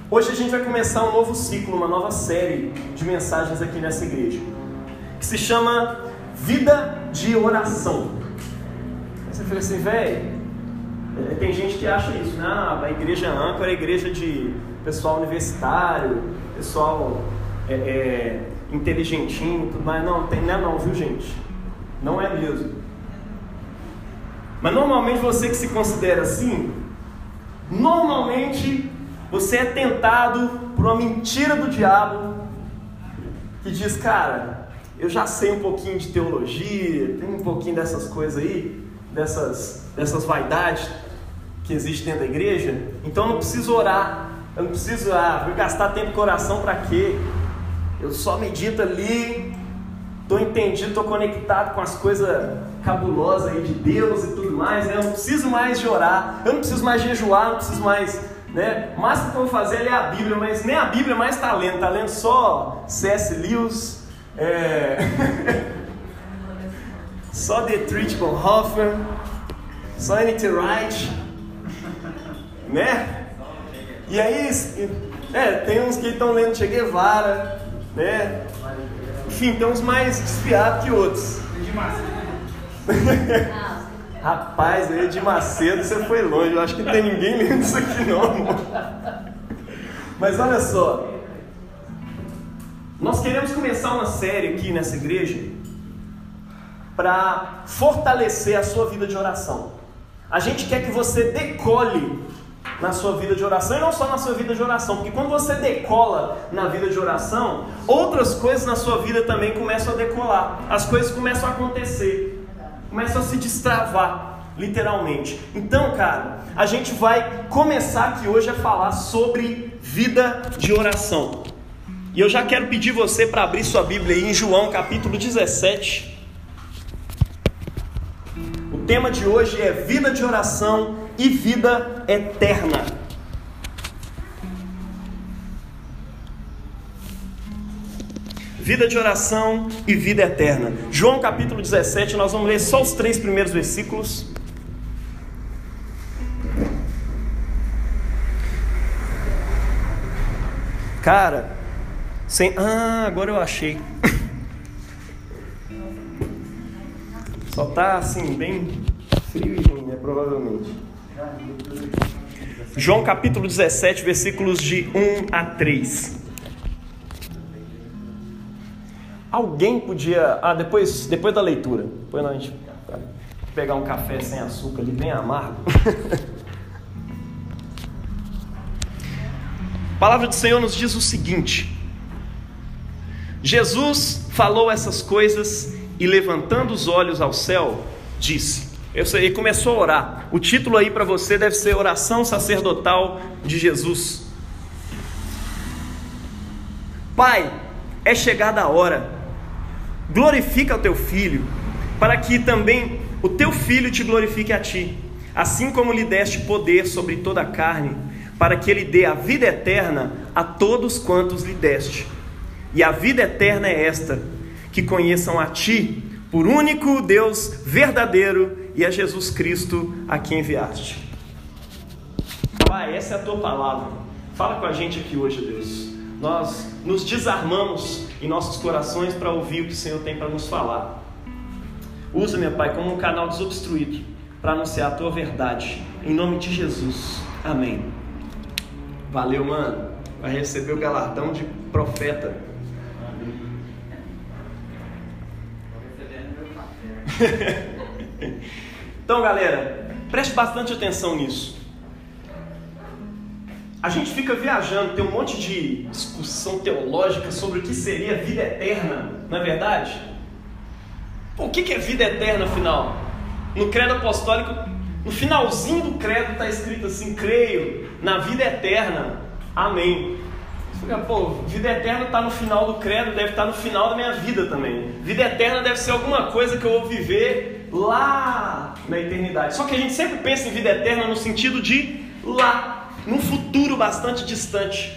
Hoje a gente vai começar um novo ciclo, uma nova série de mensagens aqui nessa igreja, que se chama Vida de Oração. Aí você fica assim, velho, tem gente que acha isso, né? A igreja âncora é a igreja de pessoal universitário, pessoal inteligentinho, tudo mais. Não, tem não, viu, gente? Não é mesmo. Mas normalmente você que se considera assim, normalmente você é tentado por uma mentira do diabo que diz, cara, eu já sei um pouquinho de teologia, tem um pouquinho dessas coisas aí, dessas vaidades que existem dentro da igreja, então eu não preciso orar, eu não preciso vou gastar tempo com oração para quê? Eu só medito ali, estou entendido, estou conectado com as coisas cabulosas aí de Deus e tudo mais, né? Eu não preciso mais de orar, eu não preciso mais jejuar, não preciso mais, né? O máximo que eu vou fazer é ler a Bíblia, mas nem a Bíblia mais está lendo só C.S. Lewis, só Dietrich Bonhoeffer, só N.T. Wright, né? E aí, tem uns que estão lendo Che Guevara, né? Enfim, tem uns mais desfiados que outros. Rapaz, Edir Macedo, você foi longe. Eu acho que não tem ninguém lendo isso aqui não, amor. Mas olha só, nós queremos começar uma série aqui nessa igreja para fortalecer a sua vida de oração. A gente quer que você decole na sua vida de oração, e não só na sua vida de oração, porque quando você decola na vida de oração, outras coisas na sua vida também começam a decolar, as coisas começam a acontecer, começam a se destravar, literalmente. Então, cara, a gente vai começar aqui hoje a falar sobre vida de oração, e eu já quero pedir você para abrir sua Bíblia aí em João capítulo 17, o tema de hoje é vida de oração e vida eterna. Vida de oração e vida eterna. João capítulo 17, nós vamos ler só os 3 primeiros versículos. Cara, agora eu achei. Só tá assim, bem frio e ruim, né? Provavelmente. João capítulo 17, versículos de 1 a 3. Alguém podia... depois da leitura. Depois a gente pegar um café sem açúcar ali, bem amargo. A palavra do Senhor nos diz o seguinte: Jesus falou essas coisas e, levantando os olhos ao céu, disse... Ele começou a orar. O título aí para você deve ser Oração Sacerdotal de Jesus. Pai, é chegada a hora. Glorifica o teu Filho, para que também o teu Filho te glorifique a ti, assim como lhe deste poder sobre toda a carne, para que ele dê a vida eterna a todos quantos lhe deste. E a vida eterna é esta, que conheçam a ti, por único Deus verdadeiro, e a Jesus Cristo a quem enviaste. Pai, essa é a tua palavra. Fala com a gente aqui hoje, Deus. Nós nos desarmamos em nossos corações para ouvir o que o Senhor tem para nos falar. Usa, meu Pai, como um canal desobstruído para anunciar a tua verdade. Em nome de Jesus. Amém. Valeu, mano. Vai receber o galardão de profeta. Então, galera, preste bastante atenção nisso. A gente fica viajando, tem um monte de discussão teológica sobre o que seria vida eterna, não é verdade? O que é vida eterna, afinal? No credo apostólico, no finalzinho do credo está escrito assim: creio na vida eterna, amém. Você fica, vida eterna está no final do credo, deve estar no final da minha vida também. Vida eterna deve ser alguma coisa que eu vou viver lá na eternidade. Só que a gente sempre pensa em vida eterna no sentido de lá, num futuro bastante distante.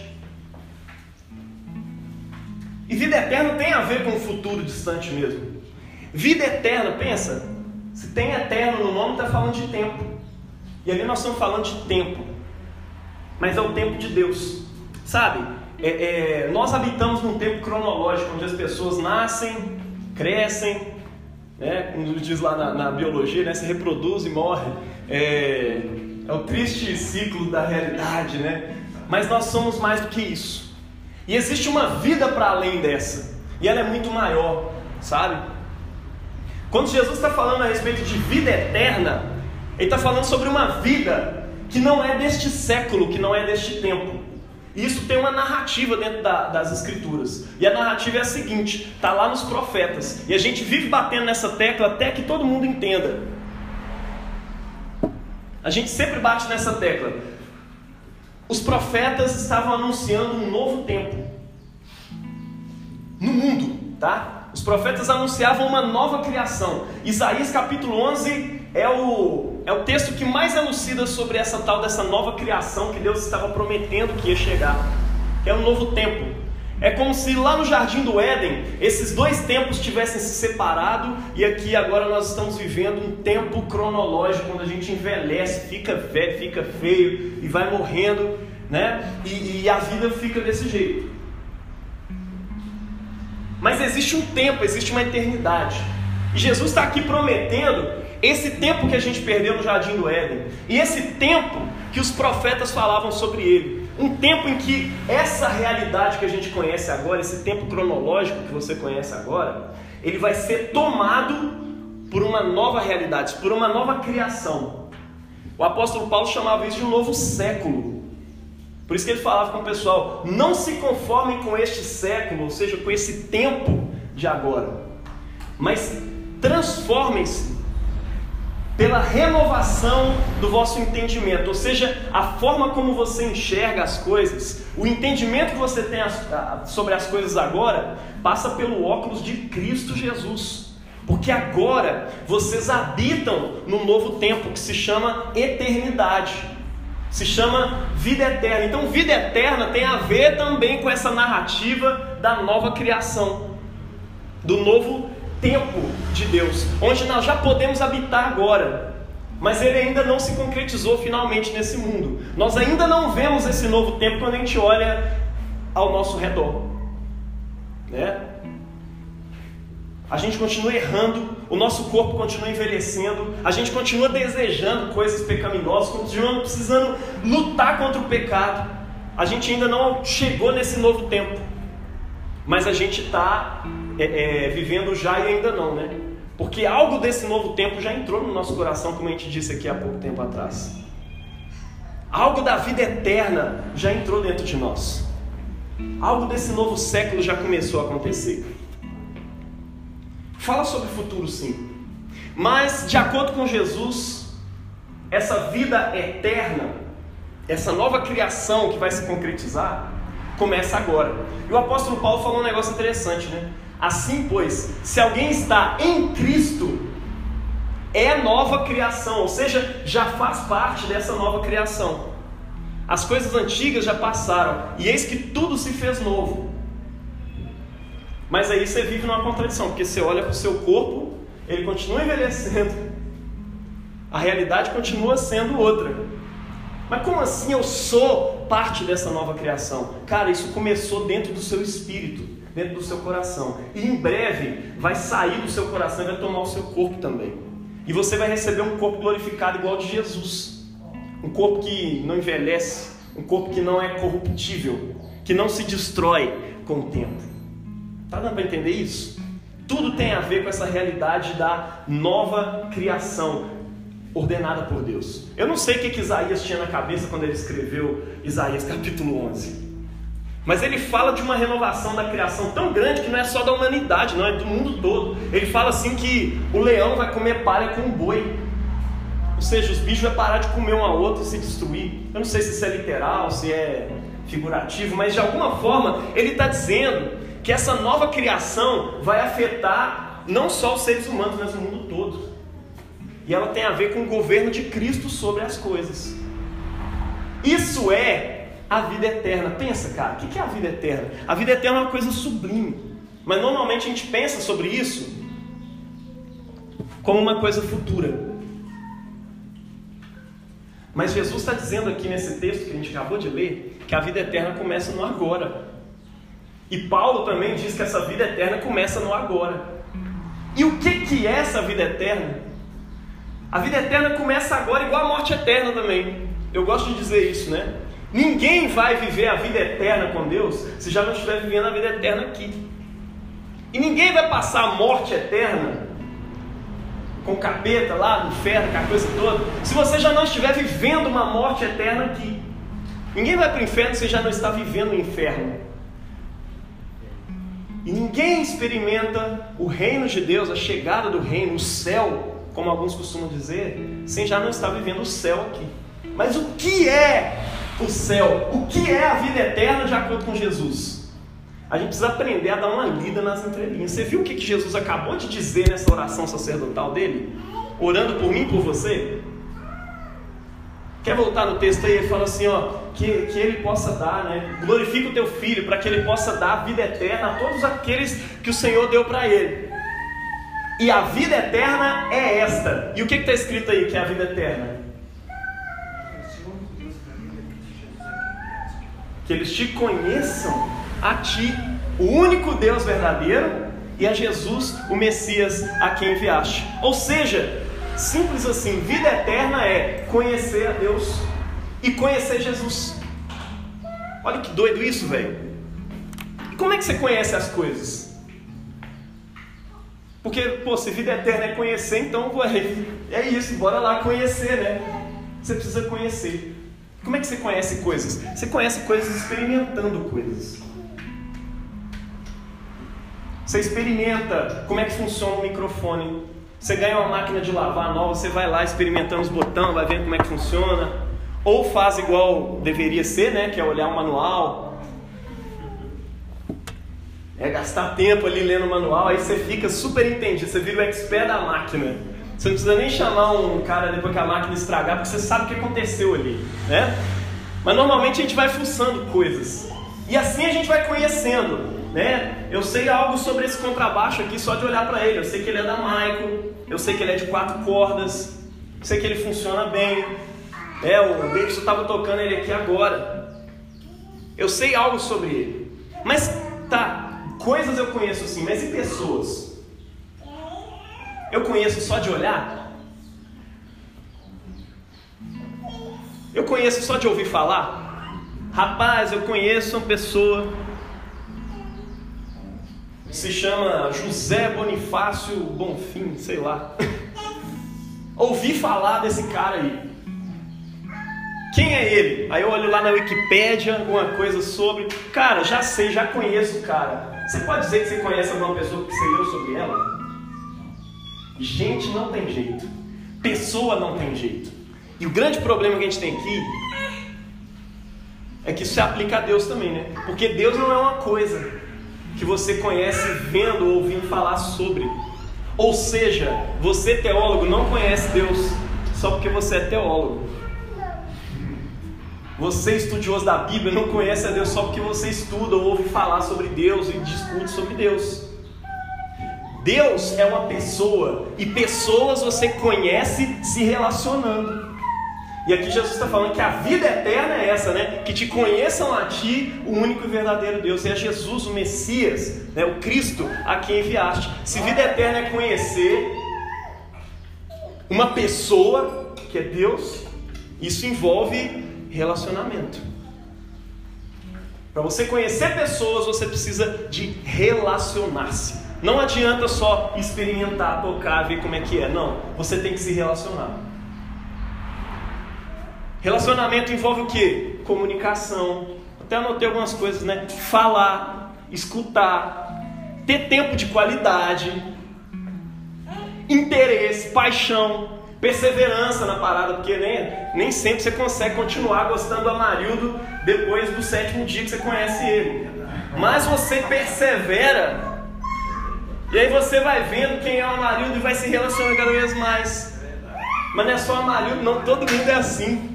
E vida eterna tem a ver com um futuro distante mesmo. Vida eterna, pensa, se tem eterno no nome, está falando de tempo. E ali nós estamos falando de tempo, mas é o tempo de Deus. Sabe, nós habitamos num tempo cronológico, onde as pessoas nascem, crescem, né, como diz lá na biologia, né, se reproduz e morre. É o triste ciclo da realidade, né? Mas nós somos mais do que isso. E existe uma vida para além dessa. E ela é muito maior, sabe? Quando Jesus está falando a respeito de vida eterna, Ele está falando sobre uma vida que não é deste século, que não é deste tempo. E isso tem uma narrativa dentro das Escrituras. E a narrativa é a seguinte, está lá nos profetas. E a gente vive batendo nessa tecla até que todo mundo entenda. A gente sempre bate nessa tecla. Os profetas estavam anunciando um novo tempo no mundo, tá? Os profetas anunciavam uma nova criação. Isaías capítulo 11 é o texto que mais elucida sobre essa tal dessa nova criação que Deus estava prometendo que ia chegar, que é um novo tempo. É como se lá no Jardim do Éden, esses dois tempos tivessem se separado, e aqui agora nós estamos vivendo um tempo cronológico, quando a gente envelhece, fica velho, fica feio, e vai morrendo, né? E a vida fica desse jeito. Mas existe um tempo, existe uma eternidade. E Jesus está aqui prometendo esse tempo que a gente perdeu no Jardim do Éden, e esse tempo que os profetas falavam sobre ele. Um tempo em que essa realidade que a gente conhece agora, esse tempo cronológico que você conhece agora, ele vai ser tomado por uma nova realidade, por uma nova criação. O apóstolo Paulo chamava isso de um novo século. Por isso que ele falava com o pessoal, não se conformem com este século, ou seja, com esse tempo de agora, mas transformem-se pela renovação do vosso entendimento, ou seja, a forma como você enxerga as coisas, o entendimento que você tem sobre as coisas agora, passa pelo óculos de Cristo Jesus, porque agora vocês habitam num novo tempo que se chama eternidade, se chama vida eterna. Então vida eterna tem a ver também com essa narrativa da nova criação, do novo tempo de Deus, onde nós já podemos habitar agora, mas ele ainda não se concretizou finalmente nesse mundo. Nós ainda não vemos esse novo tempo quando a gente olha ao nosso redor, né? A gente continua errando, o nosso corpo continua envelhecendo, a gente continua desejando coisas pecaminosas, continuando precisando lutar contra o pecado. A gente ainda não chegou nesse novo tempo, mas a gente está vivendo já e ainda não, né? Porque algo desse novo tempo já entrou no nosso coração, como a gente disse aqui há pouco tempo atrás. Algo da vida eterna já entrou dentro de nós. Algo desse novo século já começou a acontecer. Fala sobre o futuro, sim. Mas, de acordo com Jesus, essa vida eterna, essa nova criação que vai se concretizar, começa agora. E o apóstolo Paulo falou um negócio interessante, né? Assim, pois, se alguém está em Cristo, é nova criação, ou seja, já faz parte dessa nova criação. As coisas antigas já passaram, e eis que tudo se fez novo. Mas aí você vive numa contradição, porque você olha para o seu corpo, ele continua envelhecendo, a realidade continua sendo outra. Mas como assim eu sou parte dessa nova criação? Cara, isso começou dentro do seu espírito, dentro do seu coração, e em breve vai sair do seu coração e vai tomar o seu corpo também, e você vai receber um corpo glorificado igual ao de Jesus, um corpo que não envelhece, um corpo que não é corruptível, que não se destrói com o tempo. Tá dando para entender isso? Tudo tem a ver com essa realidade da nova criação ordenada por Deus. Eu não sei o que Isaías tinha na cabeça quando ele escreveu Isaías capítulo 11, mas ele fala de uma renovação da criação tão grande que não é só da humanidade, não, é do mundo todo. Ele fala assim que o leão vai comer palha com o boi, ou seja, os bichos vão parar de comer um ao outro e se destruir. Eu não sei se isso é literal, se é figurativo, mas de alguma forma ele está dizendo que essa nova criação vai afetar não só os seres humanos, mas o mundo todo. E ela tem a ver com o governo de Cristo sobre as coisas. Isso é a vida eterna. Pensa, cara, o que é a vida eterna? A vida eterna é uma coisa sublime, mas normalmente a gente pensa sobre isso como uma coisa futura. Mas Jesus está dizendo aqui nesse texto que a gente acabou de ler, que a vida eterna começa no agora. E Paulo também diz que essa vida eterna começa no agora. E o que é essa vida eterna? A vida eterna começa agora, igual a morte eterna também. Eu gosto de dizer isso, né? Ninguém vai viver a vida eterna com Deus se já não estiver vivendo a vida eterna aqui. E ninguém vai passar a morte eterna com o capeta lá no inferno, com a coisa toda, se você já não estiver vivendo uma morte eterna aqui. Ninguém vai para o inferno se você já não está vivendo o inferno. E ninguém experimenta o reino de Deus, a chegada do reino, o céu, como alguns costumam dizer, sem já não estar vivendo o céu aqui. Mas o que é o céu? O que é a vida eterna de acordo com Jesus? A gente precisa aprender a dar uma lida nas entrelinhas. Você viu o que Jesus acabou de dizer nessa oração sacerdotal dele? Orando por mim e por você? Quer voltar no texto aí? Ele fala assim, ó, que ele possa dar, né? Glorifica o teu filho para que ele possa dar a vida eterna a todos aqueles que o Senhor deu para ele. E a vida eterna é esta. E o que está escrito aí que é a vida eterna? Que eles te conheçam a ti, o único Deus verdadeiro, e a Jesus, o Messias, a quem enviaste. Ou seja, simples assim, vida eterna é conhecer a Deus e conhecer Jesus. Olha que doido isso, velho. E como é que você conhece as coisas? Porque, se vida eterna é conhecer, então é isso, bora lá conhecer, né? Você precisa conhecer. Como é que você conhece coisas? Você conhece coisas experimentando coisas. Você experimenta como é que funciona o microfone. Você ganha uma máquina de lavar nova, você vai lá experimentando os botões, vai vendo como é que funciona. Ou faz igual deveria ser, né? Que é olhar o manual. É gastar tempo ali lendo o manual, aí você fica super entendido, você vira o expert da máquina. Você não precisa nem chamar um cara depois que a máquina estragar, porque você sabe o que aconteceu ali, né? Mas normalmente a gente vai fuçando coisas. E assim a gente vai conhecendo, né? Eu sei algo sobre esse contrabaixo aqui só de olhar para ele. Eu sei que ele é da Maico, eu sei que ele é de 4 cordas, eu sei que ele funciona bem. O Davidson estava tocando ele aqui agora. Eu sei algo sobre ele. Mas coisas eu conheço sim, mas e pessoas? Eu conheço só de olhar? Eu conheço só de ouvir falar? Rapaz, eu conheço uma pessoa, se chama José Bonifácio Bonfim, sei lá. Ouvi falar desse cara aí. Quem é ele? Aí eu olho lá na Wikipédia, alguma coisa sobre. Cara, já sei, já conheço o cara. Você pode dizer que você conhece alguma pessoa que você leu sobre ela? Gente, não tem jeito. Pessoa não tem jeito. E o grande problema que a gente tem aqui é que isso se aplica a Deus também, né? Porque Deus não é uma coisa que você conhece vendo ou ouvindo falar sobre. Ou seja, você teólogo não conhece Deus só porque você é teólogo. Você estudioso da Bíblia não conhece a Deus só porque você estuda ou ouve falar sobre Deus e discute sobre Deus. Deus é uma pessoa, e pessoas você conhece se relacionando. E aqui Jesus está falando que a vida eterna é essa, né? Que te conheçam a ti, o único e verdadeiro Deus. E é Jesus, o Messias, né? O Cristo, a quem enviaste. Se vida eterna é conhecer uma pessoa, que é Deus, isso envolve relacionamento. Para você conhecer pessoas, você precisa de relacionar-se. Não adianta só experimentar, tocar, ver como é que é. Não, você tem que se relacionar. Relacionamento envolve o quê? Comunicação. Até anotei algumas coisas, né? Falar, escutar, ter tempo de qualidade, interesse, paixão, perseverança na parada, porque nem sempre você consegue continuar gostando do Amarildo depois do 7º dia que você conhece ele. Mas você persevera, e aí você vai vendo quem é o Amarildo e vai se relacionando cada vez mais. Mas não é só o Amarildo, não, todo mundo é assim.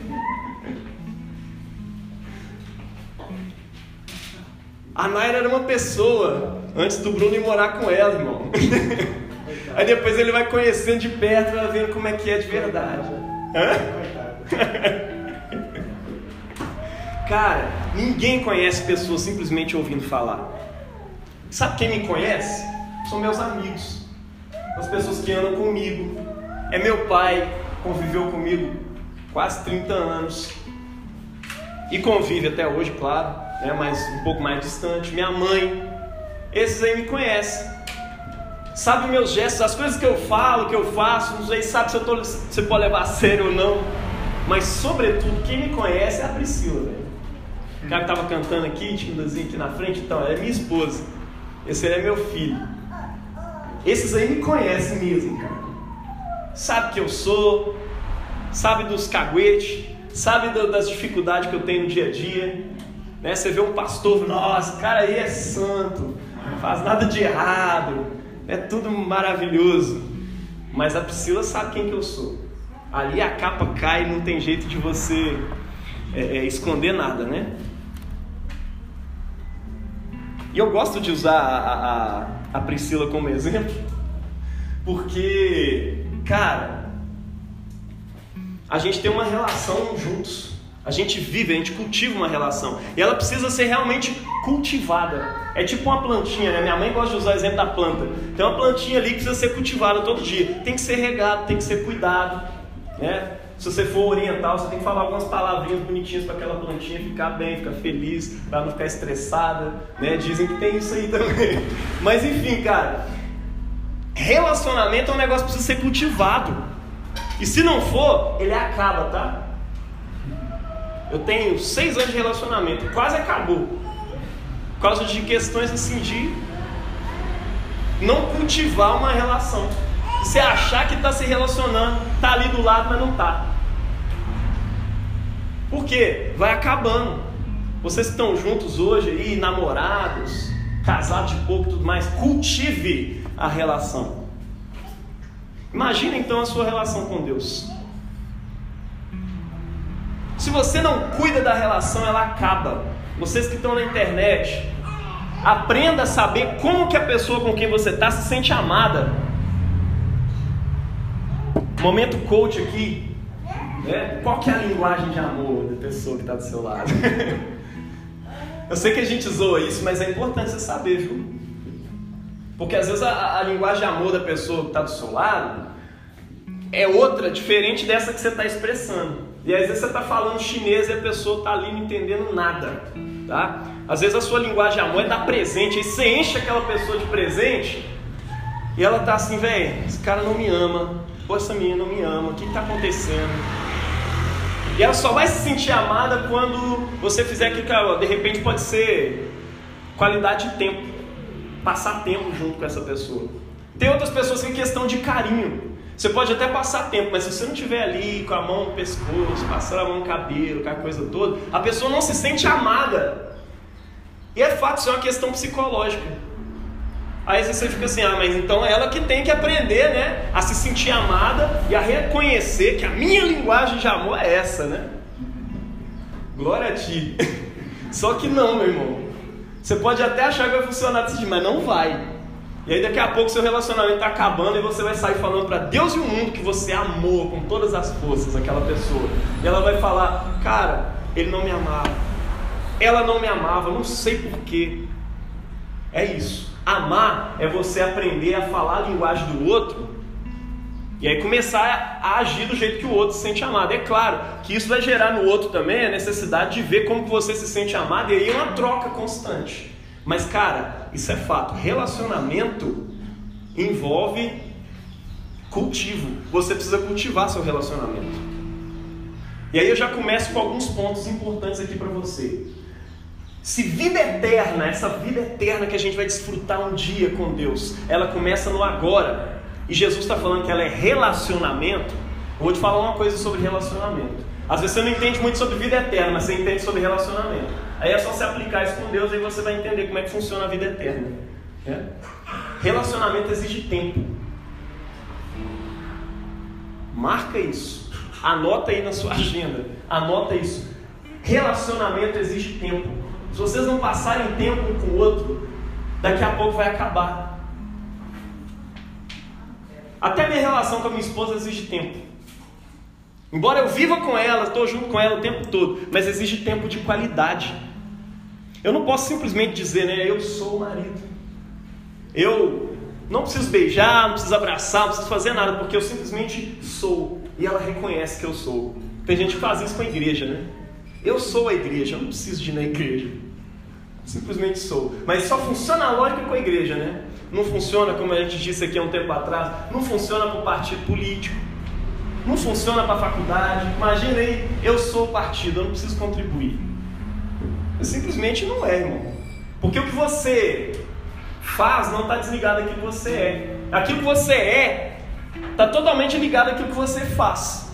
A Naira era uma pessoa antes do Bruno ir morar com ela, irmão. Aí depois ele vai conhecendo de perto, vai vendo como é que é de verdade. Cara, ninguém conhece pessoas simplesmente ouvindo falar. Sabe quem me conhece? São meus amigos, as pessoas que andam comigo. É meu pai, conviveu comigo quase 30 anos e convive até hoje, claro, né, mas um pouco mais distante. Minha mãe, esses aí me conhecem, sabe meus gestos, as coisas que eu falo, que eu faço, não sei, sabe se você pode levar a sério ou não, mas sobretudo quem me conhece é a Priscila, velho. O cara que estava cantando aqui, timidazinho aqui na frente, então, é minha esposa, esse aí é meu filho. Esses aí me conhecem mesmo, cara. Sabe que eu sou, sabe dos caguetes, sabe das dificuldades que eu tenho no dia a dia, né? Você vê um pastor, nossa, cara aí é santo, não faz nada de errado, é tudo maravilhoso. Mas a Priscila sabe quem que eu sou. Ali a capa cai, não tem jeito de você esconder nada, né? E eu gosto de usar a Priscila como exemplo, porque, cara, a gente tem uma relação juntos, a gente vive, a gente cultiva uma relação, e ela precisa ser realmente cultivada. É tipo uma plantinha, né? Minha mãe gosta de usar o exemplo da planta. Tem uma plantinha ali que precisa ser cultivada todo dia, tem que ser regado, tem que ser cuidado, né? Se você for oriental, você tem que falar algumas palavrinhas bonitinhas para aquela plantinha ficar bem, ficar feliz, para não ficar estressada, né? Dizem que tem isso aí também. Mas enfim, cara, relacionamento é um negócio que precisa ser cultivado. E se não for, ele acaba, tá? Eu tenho 6 anos de relacionamento, quase acabou, por causa de questões assim de não cultivar uma relação. Você achar que está se relacionando, está ali do lado, mas não está. Por quê? Vai acabando. Vocês que estão juntos hoje aí, namorados, casados de pouco e tudo mais, cultive a relação. Imagina então a sua relação com Deus. Se você não cuida da relação, ela acaba. Vocês que estão na internet, aprenda a saber como que a pessoa com quem você está se sente amada. Momento coach aqui, né? Qual que é a linguagem de amor da pessoa que está do seu lado? Eu sei que a gente zoa isso, mas é importante você saber, viu? Porque às vezes a linguagem de amor da pessoa que está do seu lado é outra, diferente dessa que você está expressando. E às vezes você está falando chinês e a pessoa está ali não entendendo nada, tá? Às vezes a sua linguagem de amor é dar presente, aí você enche aquela pessoa de presente e ela está assim, velho, esse cara não me ama. Pô, essa menina não me ama, o que está acontecendo? E ela só vai se sentir amada quando você fizer aquilo que, de repente, pode ser qualidade de tempo, passar tempo junto com essa pessoa. Tem outras pessoas que é questão de carinho. Você pode até passar tempo, mas se você não estiver ali com a mão no pescoço, passando a mão no cabelo, com a coisa toda, a pessoa não se sente amada. E é fato, isso é uma questão psicológica. Aí você fica assim, mas então é ela que tem que aprender, né, a se sentir amada e a reconhecer que a minha linguagem de amor é essa, né? Glória a ti. Só que não, meu irmão. Você pode até achar que vai funcionar desse jeito, mas não vai. E aí daqui a pouco seu relacionamento está acabando e você vai sair falando para Deus e o mundo que você amou com todas as forças aquela pessoa. E ela vai falar, cara, ele não me amava, ela não me amava, não sei porquê. É isso. Amar é você aprender a falar a linguagem do outro e aí começar a agir do jeito que o outro se sente amado. É claro que isso vai gerar no outro também a necessidade de ver como que você se sente amado, e aí é uma troca constante. Mas cara, isso é fato, relacionamento envolve cultivo. Você precisa cultivar seu relacionamento. E aí eu já começo com alguns pontos importantes aqui para você. Se vida eterna, essa vida eterna que a gente vai desfrutar um dia com Deus, ela começa no agora, e Jesus está falando que ela é relacionamento, eu vou te falar uma coisa sobre relacionamento. Às vezes você não entende muito sobre vida eterna, mas você entende sobre relacionamento. Aí é só você aplicar isso com Deus, aí você vai entender como é que funciona a vida eterna, né? Relacionamento exige tempo. Marca isso, anota aí na sua agenda, anota isso. Relacionamento exige tempo. Se vocês não passarem tempo um com o outro, daqui a pouco vai acabar. Até minha relação com a minha esposa exige tempo. Embora eu viva com ela, estou junto com ela o tempo todo, mas exige tempo de qualidade. Eu não posso simplesmente dizer, né, eu sou o marido. Eu não preciso beijar, não preciso abraçar, não preciso fazer nada, porque eu simplesmente sou. E ela reconhece que eu sou. Tem gente que faz isso com a igreja, né? Eu sou a igreja, eu não preciso de ir na igreja. Simplesmente sou. Mas só funciona a lógica com a igreja, né? Não funciona, como a gente disse aqui há um tempo atrás, não funciona para o partido político. Não funciona para a faculdade. Imagina aí, eu sou o partido, eu não preciso contribuir. Simplesmente não é, irmão. Porque o que você faz não está desligado daquilo que você é. Aquilo que você é está totalmente ligado àquilo que você faz.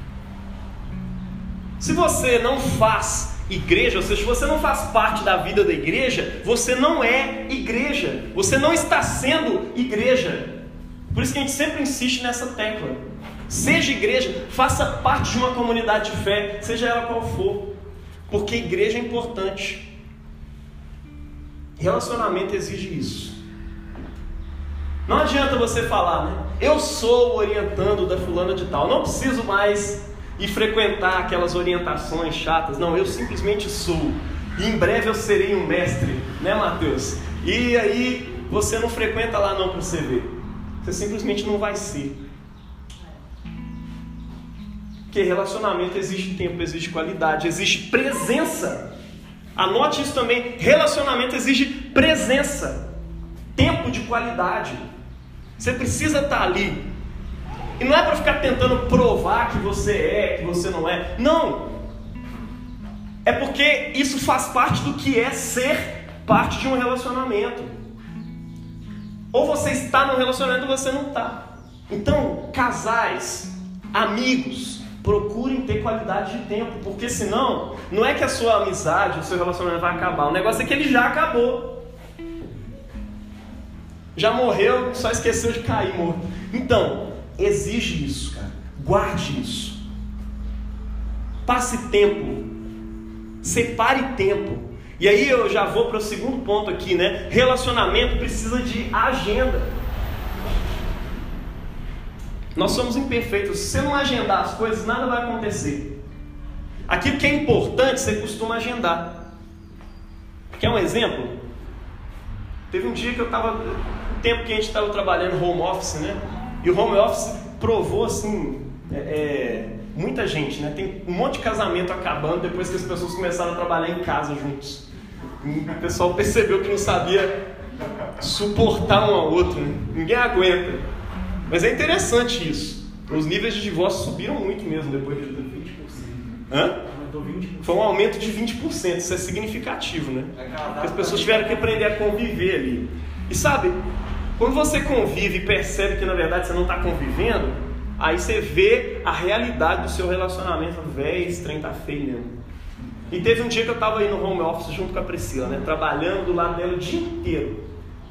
Se você não faz igreja, ou seja, se você não faz parte da vida da igreja, você não é igreja. Você não está sendo igreja. Por isso que a gente sempre insiste nessa tecla. Seja igreja, faça parte de uma comunidade de fé, seja ela qual for. Porque igreja é importante. Relacionamento exige isso. Não adianta você falar, né? Eu sou orientando da fulana de tal. Não preciso mais ir frequentar aquelas orientações chatas. Não, eu simplesmente sou. E em breve eu serei um mestre, né, Mateus? E aí você não frequenta lá não para você ver. Você simplesmente não vai ser. Porque relacionamento exige tempo, exige qualidade, exige presença. Anote isso também. Relacionamento exige presença. Tempo de qualidade. Você precisa estar ali. E não é para ficar tentando provar que você é, que você não é. Não. É porque isso faz parte do que é ser parte de um relacionamento. Ou você está no relacionamento ou você não está. Então, casais, amigos, procurem ter qualidade de tempo. Porque senão, não é que a sua amizade, o seu relacionamento vai acabar. O negócio é que ele já acabou. Já morreu, só esqueceu de cair morto. Então, exige isso, cara. Guarde isso. Passe tempo. Separe tempo. E aí eu já vou para o segundo ponto aqui, né? Relacionamento precisa de agenda. Nós somos imperfeitos. Se você não agendar as coisas, nada vai acontecer. Aquilo que é importante, você costuma agendar. Quer um exemplo? Teve um dia que eu estava... tempo que a gente estava trabalhando home office, né? E o home office provou, assim... muita gente, né? Tem um monte de casamento acabando depois que as pessoas começaram a trabalhar em casa juntos. O pessoal percebeu que não sabia suportar um ao outro, né? Ninguém aguenta. Mas é interessante isso. Os níveis de divórcio subiram muito mesmo depois de 20%. Hã? Foi um aumento de 20%. Isso é significativo, né? Porque as pessoas tiveram que aprender a conviver ali. E sabe, quando você convive e percebe que na verdade você não está convivendo, aí você vê a realidade do seu relacionamento. Véi, esse trem tá feio mesmo. E teve um dia que eu estava aí no home office junto com a Priscila, né? Trabalhando do lado dela o dia inteiro.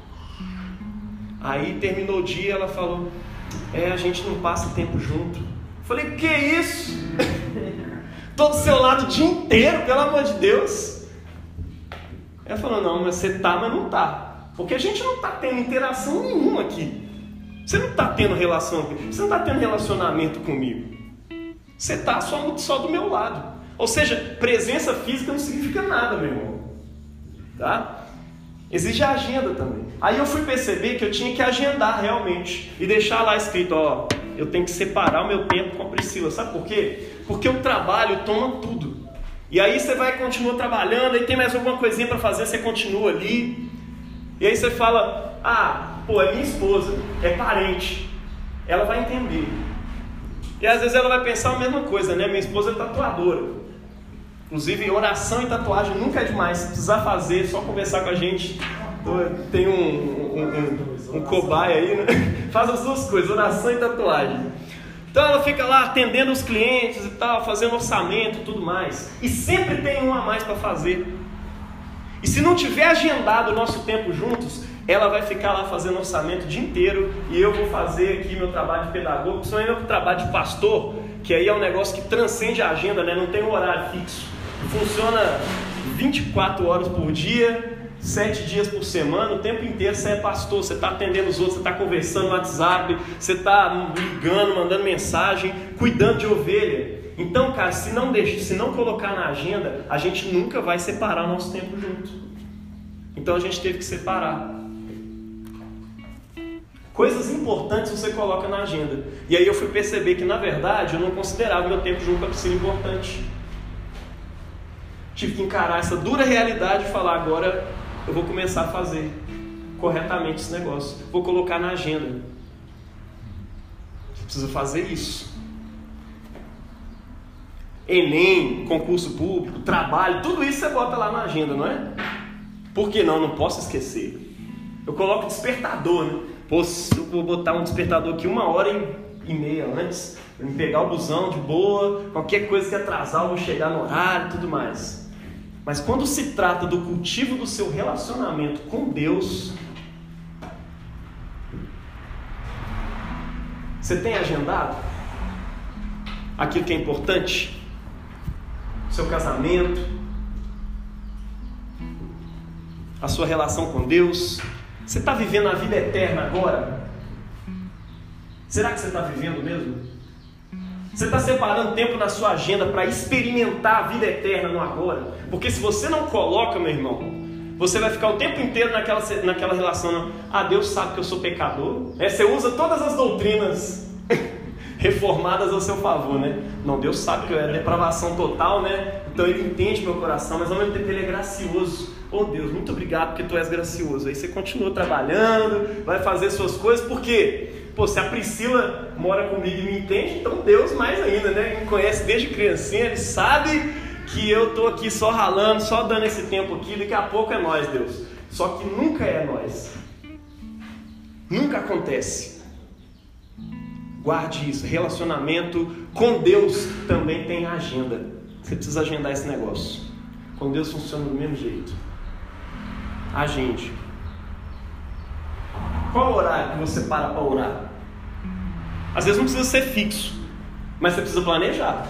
Aí terminou o dia, ela falou: a gente não passa tempo junto. Eu falei: que isso? Tô do seu lado o dia inteiro, pelo amor de Deus. Ela falou: não, mas você tá, mas não tá. Porque a gente não tá tendo interação nenhuma aqui. Você não tá tendo relação aqui. Você não tá tendo relacionamento comigo. Você tá só do meu lado. Ou seja, presença física não significa nada, meu irmão. Tá? Exige agenda também. Aí eu fui perceber que eu tinha que agendar realmente. E deixar lá escrito, ó, eu tenho que separar o meu tempo com a Priscila. Sabe por quê? Porque o trabalho toma tudo. E aí você vai continuar trabalhando, aí tem mais alguma coisinha para fazer, você continua ali. E aí você fala, é minha esposa, é parente. Ela vai entender. E às vezes ela vai pensar a mesma coisa, né? Minha esposa é tatuadora. Inclusive, oração e tatuagem nunca é demais. Se precisar fazer, só conversar com a gente. Tem um cobaia aí, né? Faz as duas coisas, oração e tatuagem. Então ela fica lá atendendo os clientes e tal, fazendo orçamento e tudo mais. E sempre tem um a mais para fazer. E se não tiver agendado o nosso tempo juntos, ela vai ficar lá fazendo orçamento o dia inteiro. E eu vou fazer aqui meu trabalho de pedagogo, principalmente meu trabalho de pastor, que aí é um negócio que transcende a agenda, né? Não tem um horário fixo. Funciona 24 horas por dia, 7 dias por semana, o tempo inteiro você é pastor, você está atendendo os outros, você está conversando no WhatsApp, você está ligando, mandando mensagem, cuidando de ovelha. Então, cara, se não colocar na agenda, a gente nunca vai separar o nosso tempo junto. Então a gente teve que separar. Coisas importantes você coloca na agenda. E aí eu fui perceber que, na verdade, eu não considerava meu tempo junto com a Priscila importante. Tive que encarar essa dura realidade e falar, agora eu vou começar a fazer corretamente esse negócio. Vou colocar na agenda. Você precisa fazer isso. Enem, concurso público, trabalho, tudo isso você bota lá na agenda, não é? Por que não? Não posso esquecer. Eu coloco despertador, né? Pô, eu vou botar um despertador aqui 1h30 antes, para me pegar o busão de boa, qualquer coisa que atrasar eu vou chegar no horário e tudo mais. Mas quando se trata do cultivo do seu relacionamento com Deus, você tem agendado aquilo que é importante? Seu casamento, a sua relação com Deus. Você está vivendo a vida eterna agora? Será que você está vivendo mesmo? Você está separando tempo na sua agenda para experimentar a vida eterna no agora? Porque se você não coloca, meu irmão, você vai ficar o tempo inteiro naquela relação. Deus sabe que eu sou pecador. Você usa todas as doutrinas reformadas ao seu favor, né? Não, Deus sabe que é depravação total, né? Então Ele entende meu coração, mas ao mesmo tempo Ele é gracioso. Oh Deus, muito obrigado porque Tu és gracioso. Aí você continua trabalhando, vai fazer suas coisas, por quê? Se a Priscila mora comigo e me entende, então Deus mais ainda, né? Ele me conhece desde criancinha, Ele sabe que eu estou aqui só ralando, só dando esse tempo aqui, daqui a pouco é nós, Deus. Só que nunca é nós. Nunca acontece. Guarde isso, relacionamento com Deus também tem agenda. Você precisa agendar esse negócio. Com Deus funciona do mesmo jeito. Agende. Qual o horário que você para orar? Às vezes não precisa ser fixo, mas você precisa planejar.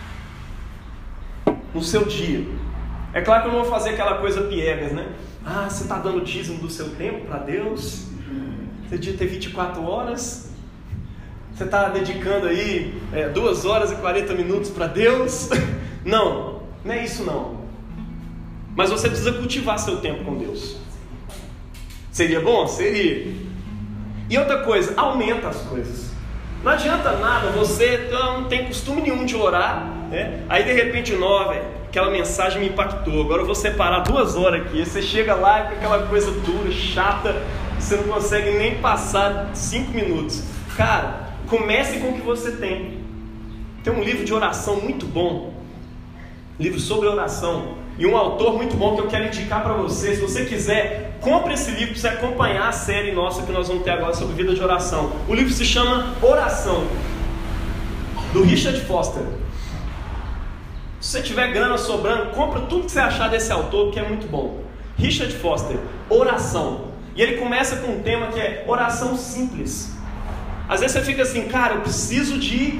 No seu dia. É claro que eu não vou fazer aquela coisa piegas, né? Você está dando o dízimo do seu tempo para Deus? Você devia ter 24 horas? Você está dedicando aí 2 horas e 40 minutos para Deus? Não é isso não. Mas você precisa cultivar seu tempo com Deus. Seria bom? Seria. E outra coisa, aumenta as coisas. Não adianta nada, você não tem costume nenhum de orar, né? Aí de repente, aquela mensagem me impactou, agora eu vou separar 2 horas aqui. Aí você chega lá com aquela coisa dura, chata, você não consegue nem passar 5 minutos. Cara, comece com o que você tem. Tem um livro de oração muito bom, livro sobre oração, e um autor muito bom que eu quero indicar para você. Se você quiser, compre esse livro para você acompanhar a série nossa que nós vamos ter agora sobre vida de oração. O livro se chama Oração, do Richard Foster. Se você tiver grana sobrando, compra tudo que você achar desse autor, que é muito bom. Richard Foster, Oração. E ele começa com um tema que é oração simples. Às vezes você fica assim, cara, eu preciso de...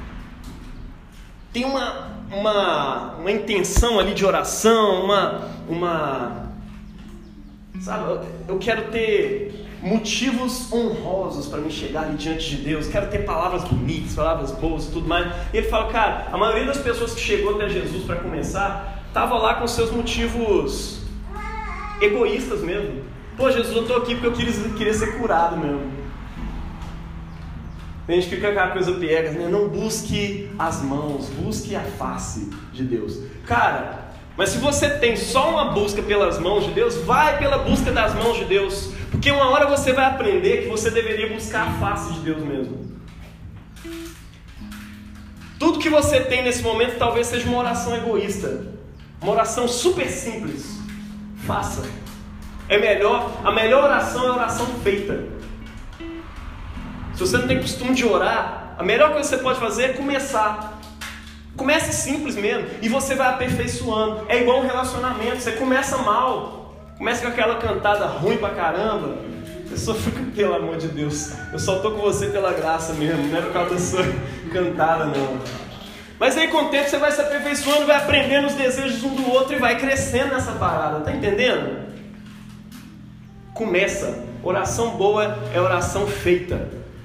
Tem uma intenção ali de oração, sabe, eu quero ter motivos honrosos para me chegar ali diante de Deus, quero ter palavras bonitas, palavras boas e tudo mais. E ele fala, cara, a maioria das pessoas que chegou até Jesus para começar, estava lá com seus motivos egoístas mesmo. Jesus, eu estou aqui porque eu queria ser curado mesmo. A gente fica com aquela coisa piegas, né? Não busque as mãos, busque a face de Deus. Cara, mas se você tem só uma busca pelas mãos de Deus, vai pela busca das mãos de Deus. Porque uma hora você vai aprender que você deveria buscar a face de Deus mesmo. Tudo que você tem nesse momento talvez seja uma oração egoísta. Uma oração super simples. Faça. A melhor oração é a oração feita. Se você não tem costume de orar, a melhor coisa que você pode fazer é começar. Comece simples mesmo, e você vai aperfeiçoando. É igual um relacionamento, você começa mal, começa com aquela cantada ruim pra caramba. Você só fica, pelo amor de Deus, eu só tô com você pela graça mesmo, não é por causa da sua cantada não. Mas aí com o tempo você vai se aperfeiçoando, vai aprendendo os desejos um do outro e vai crescendo nessa parada, tá entendendo? Começa. Oração boa é oração feita.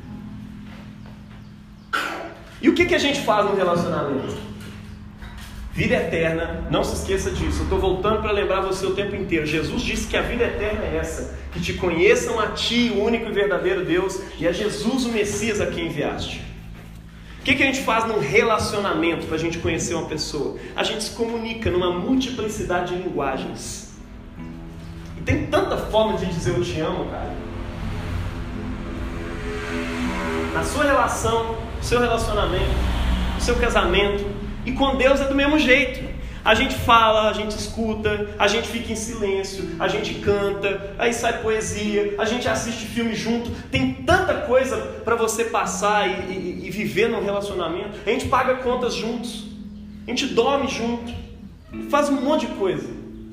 E o que a gente faz no relacionamento? Vida eterna, não se esqueça disso. Eu estou voltando para lembrar você o tempo inteiro. Jesus disse que a vida eterna é essa: que te conheçam a ti, o único e verdadeiro Deus, e a Jesus, o Messias, a quem enviaste. O que a gente faz num relacionamento para a gente conhecer uma pessoa? A gente se comunica numa multiplicidade de linguagens. E tem tanta forma de dizer eu te amo, cara. Na sua relação, no seu relacionamento, no seu casamento. E com Deus é do mesmo jeito. A gente fala, a gente escuta, a gente fica em silêncio, a gente canta, aí sai poesia, a gente assiste filme junto. Tem tanta coisa para você passar e viver num relacionamento. A gente paga contas juntos, a gente dorme junto, faz um monte de coisa.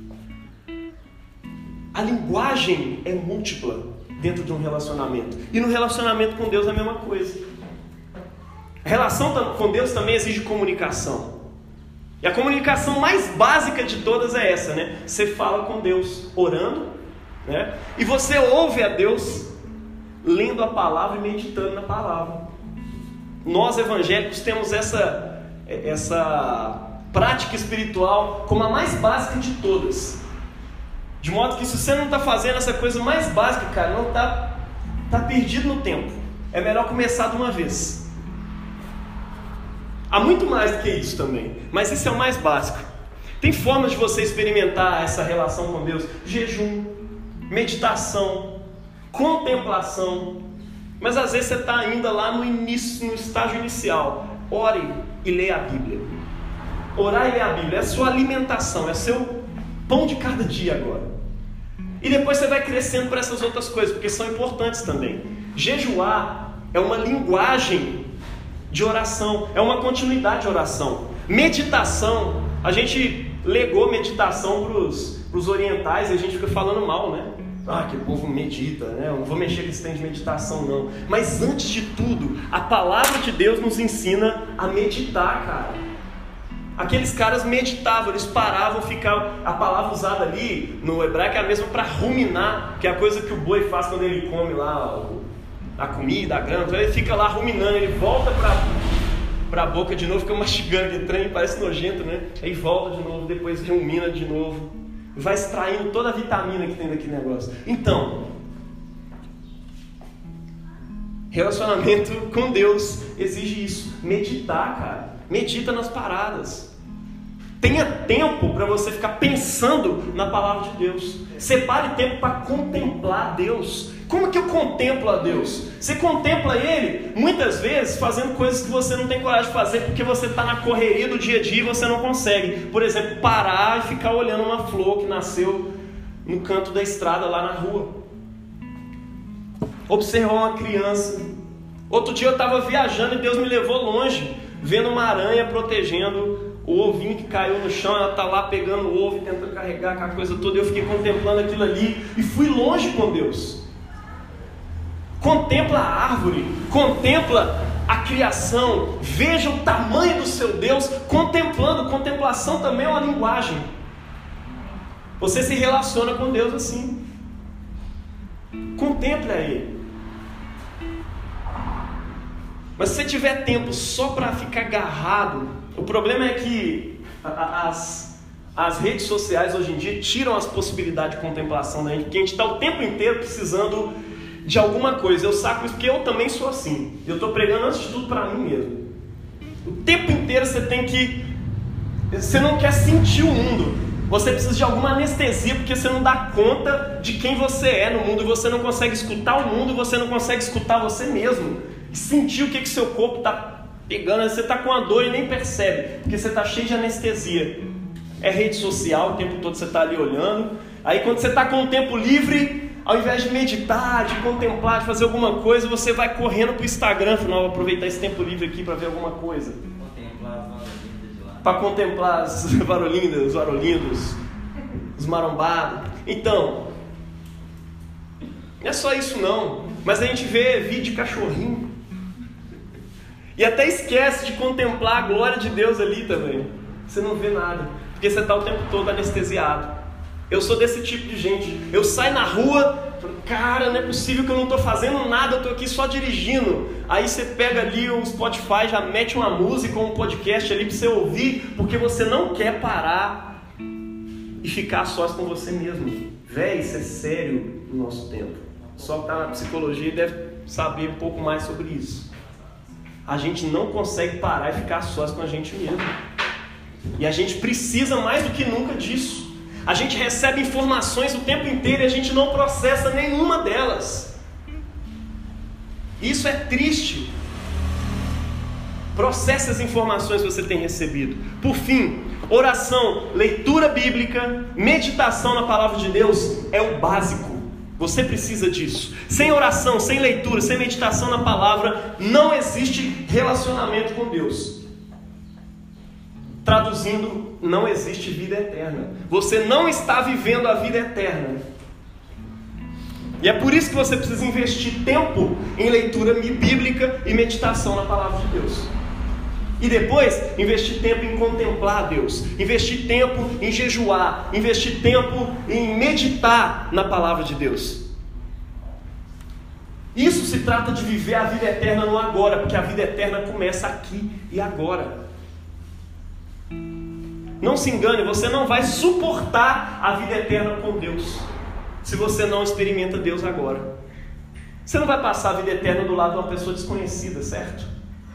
A linguagem é múltipla dentro de um relacionamento. E no relacionamento com Deus é a mesma coisa. A relação com Deus também exige comunicação. E a comunicação mais básica de todas é essa, né? Você fala com Deus orando, né? E você ouve a Deus lendo a palavra e meditando na palavra. Nós evangélicos temos essa prática espiritual como a mais básica de todas. De modo que se você não está fazendo essa coisa mais básica, cara, não tá perdido no tempo. É melhor começar de uma vez. Há muito mais do que isso também, mas isso é o mais básico. Tem formas de você experimentar essa relação com Deus: jejum, meditação, contemplação. Mas às vezes você está ainda lá no início, no estágio inicial. Ore e leia a Bíblia. Orar e ler a Bíblia é a sua alimentação, é seu pão de cada dia agora. E depois você vai crescendo para essas outras coisas, porque são importantes também. Jejuar é uma linguagem de oração, é uma continuidade de oração. Meditação, a gente legou meditação para os orientais e a gente fica falando mal, né? Ah, que o povo medita, né? Eu não vou mexer com esse trem de meditação não. Mas antes de tudo, a palavra de Deus nos ensina a meditar, cara. Aqueles caras meditavam, eles paravam, ficavam. A palavra usada ali no hebraico é a mesma para ruminar, que é a coisa que o boi faz quando ele come lá a comida, a grama. Então ele fica lá ruminando, ele volta para a boca de novo, fica mastigando aquele trem, parece nojento, né? Aí volta de novo, depois rumina de novo, vai extraindo toda a vitamina que tem daquele negócio. Então, relacionamento com Deus exige isso. Meditar, cara. Medita nas paradas. Tenha tempo para você ficar pensando na palavra de Deus. Separe tempo para contemplar Deus. Como que eu contemplo a Deus? Você contempla Ele muitas vezes fazendo coisas que você não tem coragem de fazer porque você está na correria do dia a dia e você não consegue. Por exemplo, parar e ficar olhando uma flor que nasceu no canto da estrada lá na rua. Observar uma criança. Outro dia eu estava viajando e Deus me levou longe, vendo uma aranha protegendo o ovinho que caiu no chão. Ela está lá pegando o ovo e tentando carregar com a coisa toda. Eu fiquei contemplando aquilo ali e fui longe com Deus. Contempla a árvore, contempla a criação, veja o tamanho do seu Deus, contemplando. Contemplação também é uma linguagem. Você se relaciona com Deus assim. Contemple a Ele. Mas se você tiver tempo só para ficar agarrado, o problema é que as redes sociais hoje em dia tiram as possibilidades de contemplação da gente, porque a gente está o tempo inteiro precisando de alguma coisa. Eu saco isso porque eu também sou assim. Eu estou pregando antes de tudo para mim mesmo. O tempo inteiro você não quer sentir o mundo. Você precisa de alguma anestesia porque você não dá conta de quem você é no mundo. Você não consegue escutar o mundo, você não consegue escutar você mesmo. E sentir o que seu corpo está pegando. Você está com a dor e nem percebe, porque você está cheio de anestesia. É rede social, o tempo todo você está ali olhando. Aí quando você está com o tempo livre, ao invés de meditar, de contemplar, de fazer alguma coisa, você vai correndo para o Instagram. Afinal, vou aproveitar esse tempo livre aqui para ver alguma coisa. Para contemplar as varolindas, os varolindos, os marombados. Então, não é só isso não. Mas a gente vê vídeo de cachorrinho. E até esquece de contemplar a glória de Deus ali também. Você não vê nada, porque você está o tempo todo anestesiado. Eu sou desse tipo de gente. Eu saio na rua, cara, não é possível que eu não estou fazendo nada, eu estou aqui só dirigindo. Aí você pega ali o Spotify, já mete uma música ou um podcast ali para você ouvir, porque você não quer parar e ficar sós com você mesmo. Véi, isso é sério no nosso tempo. Só que está na psicologia e deve saber um pouco mais sobre isso. A gente não consegue parar e ficar sós com a gente mesmo. E a gente precisa mais do que nunca disso. A gente recebe informações o tempo inteiro e a gente não processa nenhuma delas. Isso é triste. Processe as informações que você tem recebido. Por fim, oração, leitura bíblica, meditação na palavra de Deus é o básico. Você precisa disso. Sem oração, sem leitura, sem meditação na palavra, não existe relacionamento com Deus. Traduzindo, não existe vida eterna. Você não está vivendo a vida eterna. E é por isso que você precisa investir tempo em leitura bíblica e meditação na palavra de Deus. E depois, investir tempo em contemplar Deus. Investir tempo em jejuar. Investir tempo em meditar na palavra de Deus. Isso se trata de viver a vida eterna no agora, porque a vida eterna começa aqui e agora. Não se engane, você não vai suportar a vida eterna com Deus se você não experimenta Deus agora. Você não vai passar a vida eterna do lado de uma pessoa desconhecida, certo?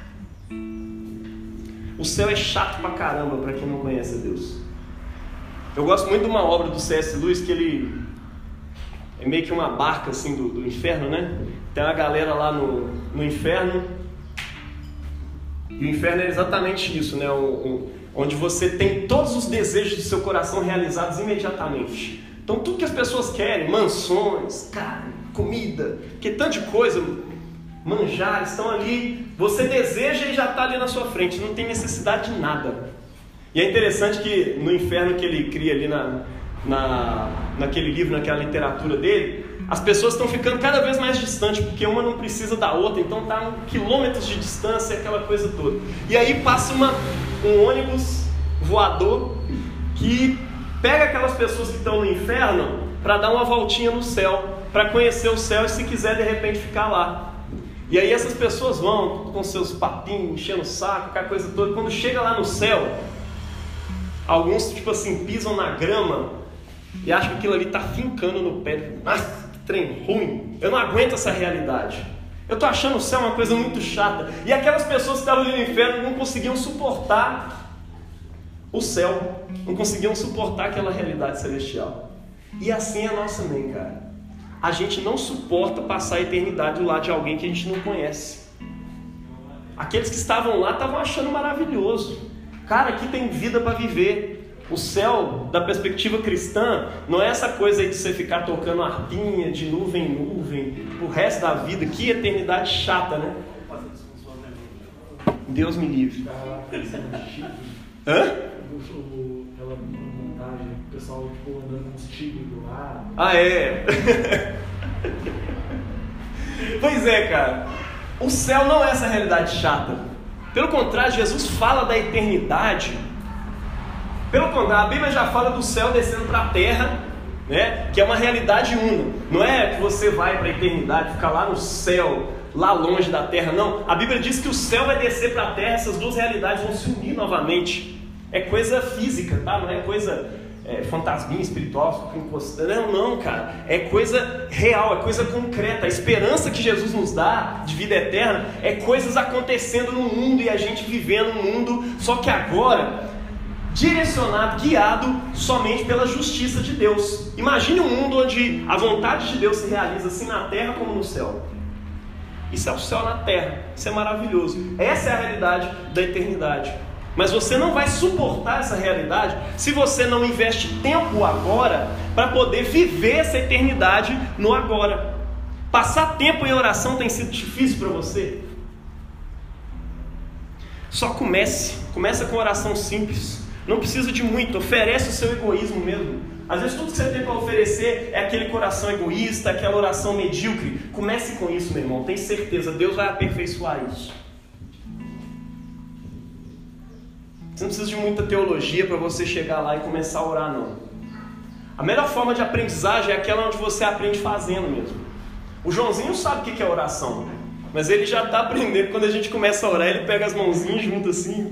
O céu é chato pra caramba para quem não conhece a Deus. Eu gosto muito de uma obra do C.S. Lewis, que ele é meio que uma barca assim do inferno, né? Tem uma galera lá no inferno. E o inferno é exatamente isso, né? Onde você tem todos os desejos do seu coração realizados imediatamente. Então tudo que as pessoas querem, mansões, carne, comida, que tanto de coisa, manjares, estão ali, você deseja e já está ali na sua frente, não tem necessidade de nada. E é interessante que no inferno que ele cria ali naquele livro, naquela literatura dele, as pessoas estão ficando cada vez mais distantes, porque uma não precisa da outra, então está a quilômetros de distância, aquela coisa toda. E aí passa um ônibus voador que pega aquelas pessoas que estão no inferno para dar uma voltinha no céu, para conhecer o céu e se quiser de repente ficar lá. E aí essas pessoas vão com seus papinhos, enchendo o saco, aquela coisa toda. Quando chega lá no céu, alguns tipo assim pisam na grama e acham que aquilo ali está fincando no pé. Nossa, que trem ruim, eu não aguento essa realidade. Eu estou achando o céu uma coisa muito chata. E aquelas pessoas que estavam ali no inferno não conseguiam suportar o céu, não conseguiam suportar aquela realidade celestial. E assim é a nossa também, cara. A gente não suporta passar a eternidade do lado de alguém que a gente não conhece. Aqueles que estavam lá estavam achando maravilhoso. Cara, aqui tem vida para viver. O céu, da perspectiva cristã, não é essa coisa aí de você ficar tocando harpinha de nuvem em nuvem o resto da vida. Que eternidade chata, né? Deus me livre. Hã? Aquela montagem, o pessoal tipo, andando com os tigres do lado. Ah, é? Pois é, cara. O céu não é essa realidade chata. Pelo contrário, Jesus fala da eternidade. Pelo contrário, a Bíblia já fala do céu descendo para a terra, né? Que é uma realidade una. Não é que você vai para a eternidade, ficar lá no céu, lá longe da terra, não. A Bíblia diz que o céu vai descer para a terra, essas duas realidades vão se unir novamente. É coisa física, tá? Não é coisa fantasminha, espiritual, não, cara. É coisa real, é coisa concreta. A esperança que Jesus nos dá de vida eterna é coisas acontecendo no mundo e a gente vivendo no mundo, só que agora direcionado, guiado somente pela justiça de Deus. Imagine um mundo onde a vontade de Deus se realiza assim na terra como no céu. Isso é o céu na terra, isso é maravilhoso. Essa é a realidade da eternidade. Mas você não vai suportar essa realidade se você não investe tempo agora para poder viver essa eternidade no agora. Passar tempo em oração tem sido difícil para você? Só começa com oração simples. Não precisa de muito, oferece o seu egoísmo mesmo. Às vezes tudo que você tem para oferecer é aquele coração egoísta, aquela oração medíocre. Comece com isso, meu irmão, tem certeza, Deus vai aperfeiçoar isso. Você não precisa de muita teologia para você chegar lá e começar a orar, não. A melhor forma de aprendizagem é aquela onde você aprende fazendo mesmo. O Joãozinho sabe o que é oração, mas ele já está aprendendo. Quando a gente começa a orar, ele pega as mãozinhas junto assim.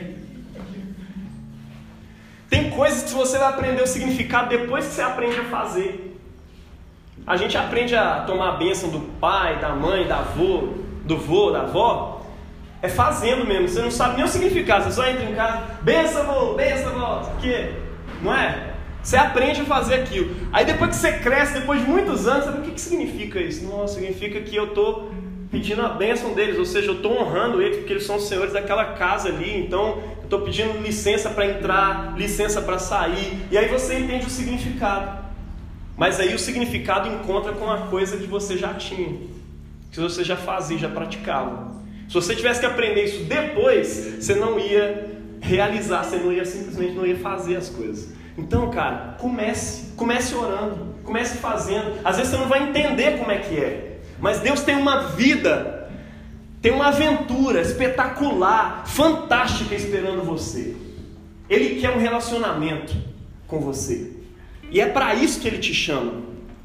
Tem coisas que você vai aprender o significado depois que você aprende a fazer. A gente aprende a tomar a bênção do pai, da mãe, do vô, da avó, é fazendo mesmo. Você não sabe nem o significado, você só entra em casa, benção, vô, o quê? Não é? Você aprende a fazer aquilo. Aí depois que você cresce, depois de muitos anos, sabe o que significa isso? Nossa, significa que eu estou pedindo a bênção deles, ou seja, eu estou honrando eles, porque eles são os senhores daquela casa ali, então eu estou pedindo licença para entrar, licença para sair, e aí você entende o significado. Mas aí o significado encontra com uma coisa que você já tinha, que você já fazia, já praticava. Se você tivesse que aprender isso depois, você não ia realizar, você simplesmente não ia fazer as coisas. Então, cara, comece orando, comece fazendo. Às vezes você não vai entender como é que é, mas Deus tem uma vida, tem uma aventura espetacular, fantástica esperando você. Ele quer um relacionamento com você, e é para isso que Ele te chama.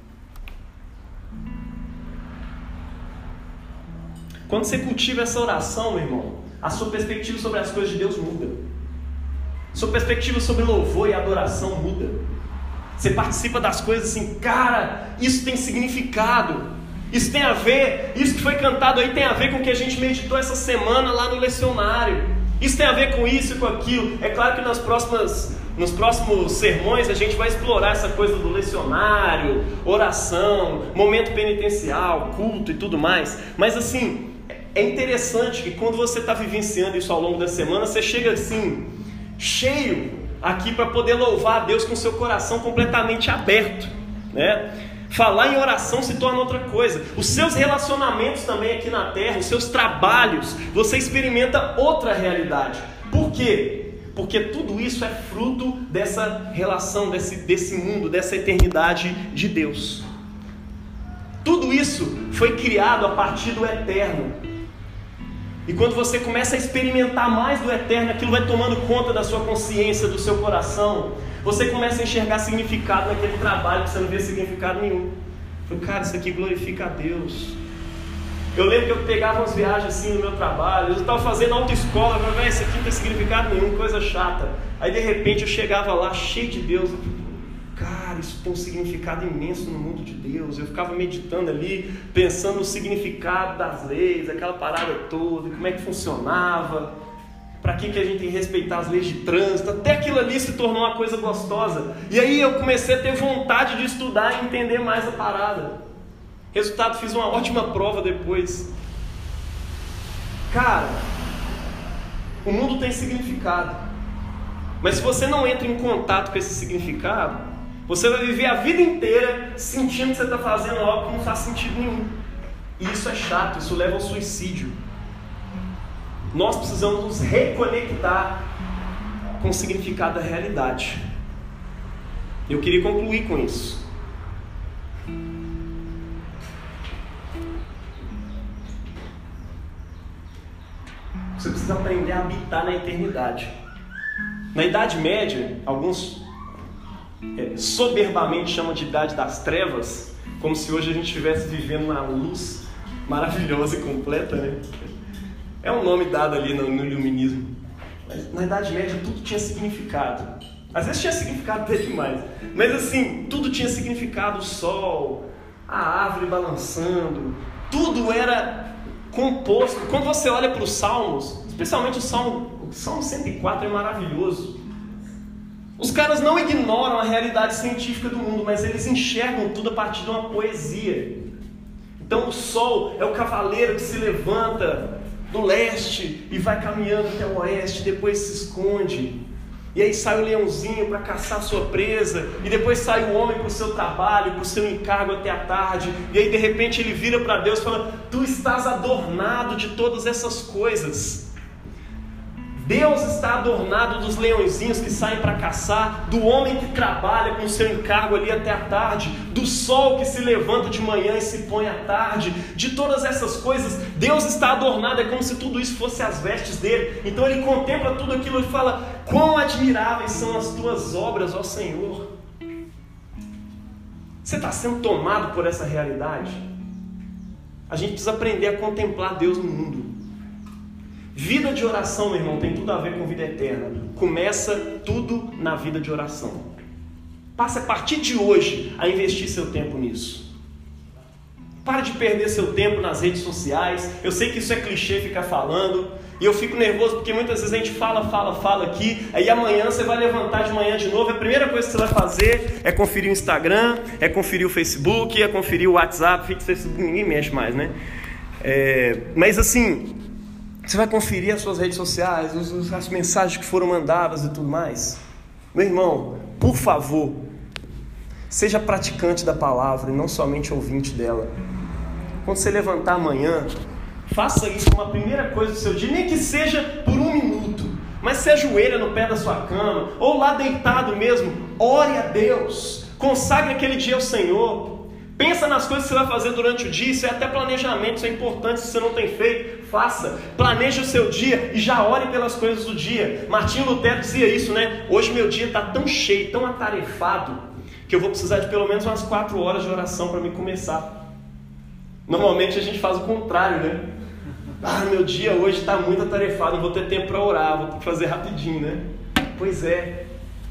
Quando você cultiva essa oração, meu irmão, a sua perspectiva sobre as coisas de Deus muda. Sua perspectiva sobre louvor e adoração muda. Você participa das coisas assim, cara, isso tem significado. Isso tem a ver, isso que foi cantado aí tem a ver com o que a gente meditou essa semana lá no lecionário. Isso tem a ver com isso e com aquilo. É claro que nos próximos sermões a gente vai explorar essa coisa do lecionário, oração, momento penitencial, culto e tudo mais. Mas assim, é interessante que quando você está vivenciando isso ao longo da semana, você chega assim, cheio aqui para poder louvar a Deus com seu coração completamente aberto, né? Falar em oração se torna outra coisa. Os seus relacionamentos também aqui na terra, os seus trabalhos, você experimenta outra realidade. Por quê? Porque tudo isso é fruto dessa relação, desse mundo, dessa eternidade de Deus. Tudo isso foi criado a partir do eterno. E quando você começa a experimentar mais do eterno, aquilo vai tomando conta da sua consciência, do seu coração. Você começa a enxergar significado naquele trabalho que você não vê significado nenhum. Falei, cara, isso aqui glorifica a Deus. Eu lembro que eu pegava umas viagens assim no meu trabalho, eu estava fazendo autoescola, eu falei, isso aqui não tem significado nenhum, coisa chata. Aí de repente eu chegava lá cheio de Deus. Cara, isso tem um significado imenso no mundo de Deus. Eu ficava meditando ali, pensando no significado das leis, aquela parada toda, como é que funcionava, para que a gente tem que respeitar as leis de trânsito. Até aquilo ali se tornou uma coisa gostosa. E aí eu comecei a ter vontade de estudar e entender mais a parada. Resultado, fiz uma ótima prova depois. Cara, o mundo tem significado, mas se você não entra em contato com esse significado, você vai viver a vida inteira sentindo que você está fazendo algo que não faz sentido nenhum. E isso é chato, isso leva ao suicídio. Nós precisamos nos reconectar com o significado da realidade. Eu queria concluir com isso. Você precisa aprender a habitar na eternidade. Na Idade Média, alguns soberbamente chamam de Idade das Trevas, como se hoje a gente estivesse vivendo uma luz maravilhosa e completa, né? É um nome dado ali no iluminismo. Mas na Idade Média tudo tinha significado. Às vezes tinha significado até demais. Mas assim, tudo tinha significado. O sol, a árvore balançando, tudo era composto. Quando você olha para os Salmos, especialmente o Salmo 104 é maravilhoso. Os caras não ignoram a realidade científica do mundo, mas eles enxergam tudo a partir de uma poesia. Então o sol é o cavaleiro que se levanta do leste e vai caminhando até o oeste, depois se esconde, e aí sai o leãozinho para caçar a sua presa, e depois sai o homem para o seu trabalho, para o seu encargo até a tarde, e aí de repente ele vira para Deus e fala, tu estás adornado de todas essas coisas. Deus está adornado dos leõezinhos que saem para caçar, do homem que trabalha com o seu encargo ali até a tarde, do sol que se levanta de manhã e se põe à tarde, de todas essas coisas. Deus está adornado, é como se tudo isso fosse as vestes dele. Então ele contempla tudo aquilo e fala, quão admiráveis são as tuas obras, ó Senhor. Você está sendo tomado por essa realidade? A gente precisa aprender a contemplar Deus no mundo. Vida de oração, meu irmão, tem tudo a ver com vida eterna. Começa tudo na vida de oração. Passe a partir de hoje a investir seu tempo nisso. Para de perder seu tempo nas redes sociais. Eu sei que isso é clichê ficar falando. E eu fico nervoso porque muitas vezes a gente fala aqui. Aí amanhã você vai levantar de manhã de novo. A primeira coisa que você vai fazer é conferir o Instagram, é conferir o Facebook, é conferir o WhatsApp. Facebook ninguém mexe mais, né? Mas assim, você vai conferir as suas redes sociais, as mensagens que foram mandadas e tudo mais. Meu irmão, por favor, seja praticante da palavra e não somente ouvinte dela. Quando você levantar amanhã, faça isso como a primeira coisa do seu dia, nem que seja por 1 minuto, mas se ajoelha no pé da sua cama, ou lá deitado mesmo, ore a Deus, consagre aquele dia ao Senhor, pensa nas coisas que você vai fazer durante o dia. Isso é até planejamento, isso é importante. Se você não tem feito, faça, planeje o seu dia e já ore pelas coisas do dia. Martinho Lutero dizia isso, né? Hoje meu dia está tão cheio, tão atarefado, que eu vou precisar de pelo menos umas 4 horas de oração para me começar. Normalmente a gente faz o contrário, né? Meu dia hoje está muito atarefado, não vou ter tempo para orar, vou ter que fazer rapidinho, né? Pois é.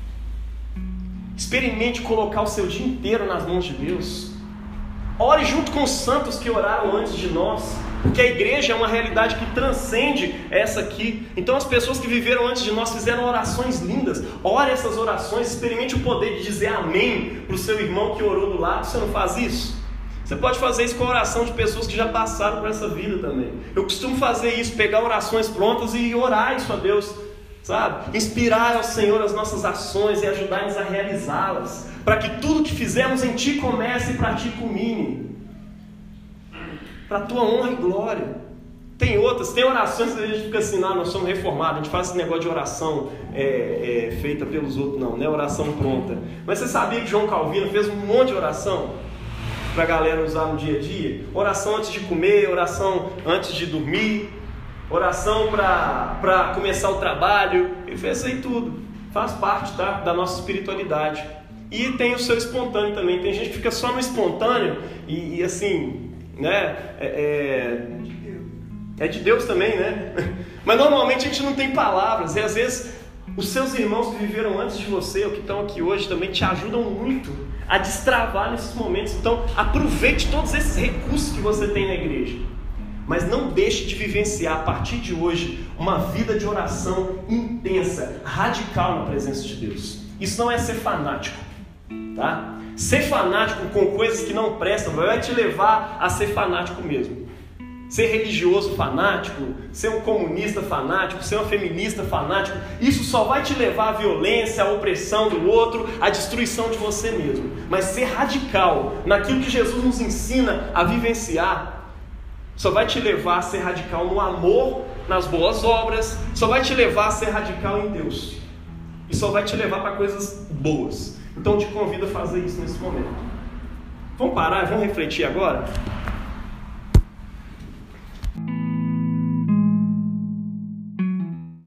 Experimente colocar o seu dia inteiro nas mãos de Deus. Ore junto com os santos que oraram antes de nós, porque a igreja é uma realidade que transcende essa aqui. Então as pessoas que viveram antes de nós fizeram orações lindas. Ore essas orações, experimente o poder de dizer amém para o seu irmão que orou do lado. Você não faz isso? Você pode fazer isso com a oração de pessoas que já passaram por essa vida também. Eu costumo fazer isso, pegar orações prontas e orar isso a Deus, sabe? Inspirar ao Senhor as nossas ações e ajudar-nos a realizá-las, para que tudo que fizermos em Ti comece e para Ti culmine, para a Tua honra e glória. Tem outras, tem orações que a gente fica assim, nós somos reformados, a gente faz esse negócio de oração feita pelos outros, não é oração pronta. Mas você sabia que João Calvino fez um monte de oração para a galera usar no dia a dia? Oração antes de comer, oração antes de dormir, oração para começar o trabalho. Ele fez isso aí tudo, faz parte, tá, da nossa espiritualidade. E tem o seu espontâneo também. Tem gente que fica só no espontâneo e assim, né? É de Deus também, né? Mas normalmente a gente não tem palavras. E às vezes os seus irmãos que viveram antes de você, ou que estão aqui hoje, também te ajudam muito a destravar nesses momentos. Então aproveite todos esses recursos que você tem na igreja, mas não deixe de vivenciar a partir de hoje uma vida de oração intensa, radical na presença de Deus. Isso não é ser fanático, tá? Ser fanático com coisas que não prestam vai te levar a ser fanático mesmo. Ser religioso fanático, ser um comunista fanático, ser um feminista fanático, isso só vai te levar à violência, à opressão do outro, à destruição de você mesmo. Mas ser radical naquilo que Jesus nos ensina a vivenciar, só vai te levar a ser radical no amor, nas boas obras, só vai te levar a ser radical em Deus. E só vai te levar para coisas boas. Então eu te convido a fazer isso nesse momento. Vamos parar, vamos refletir agora?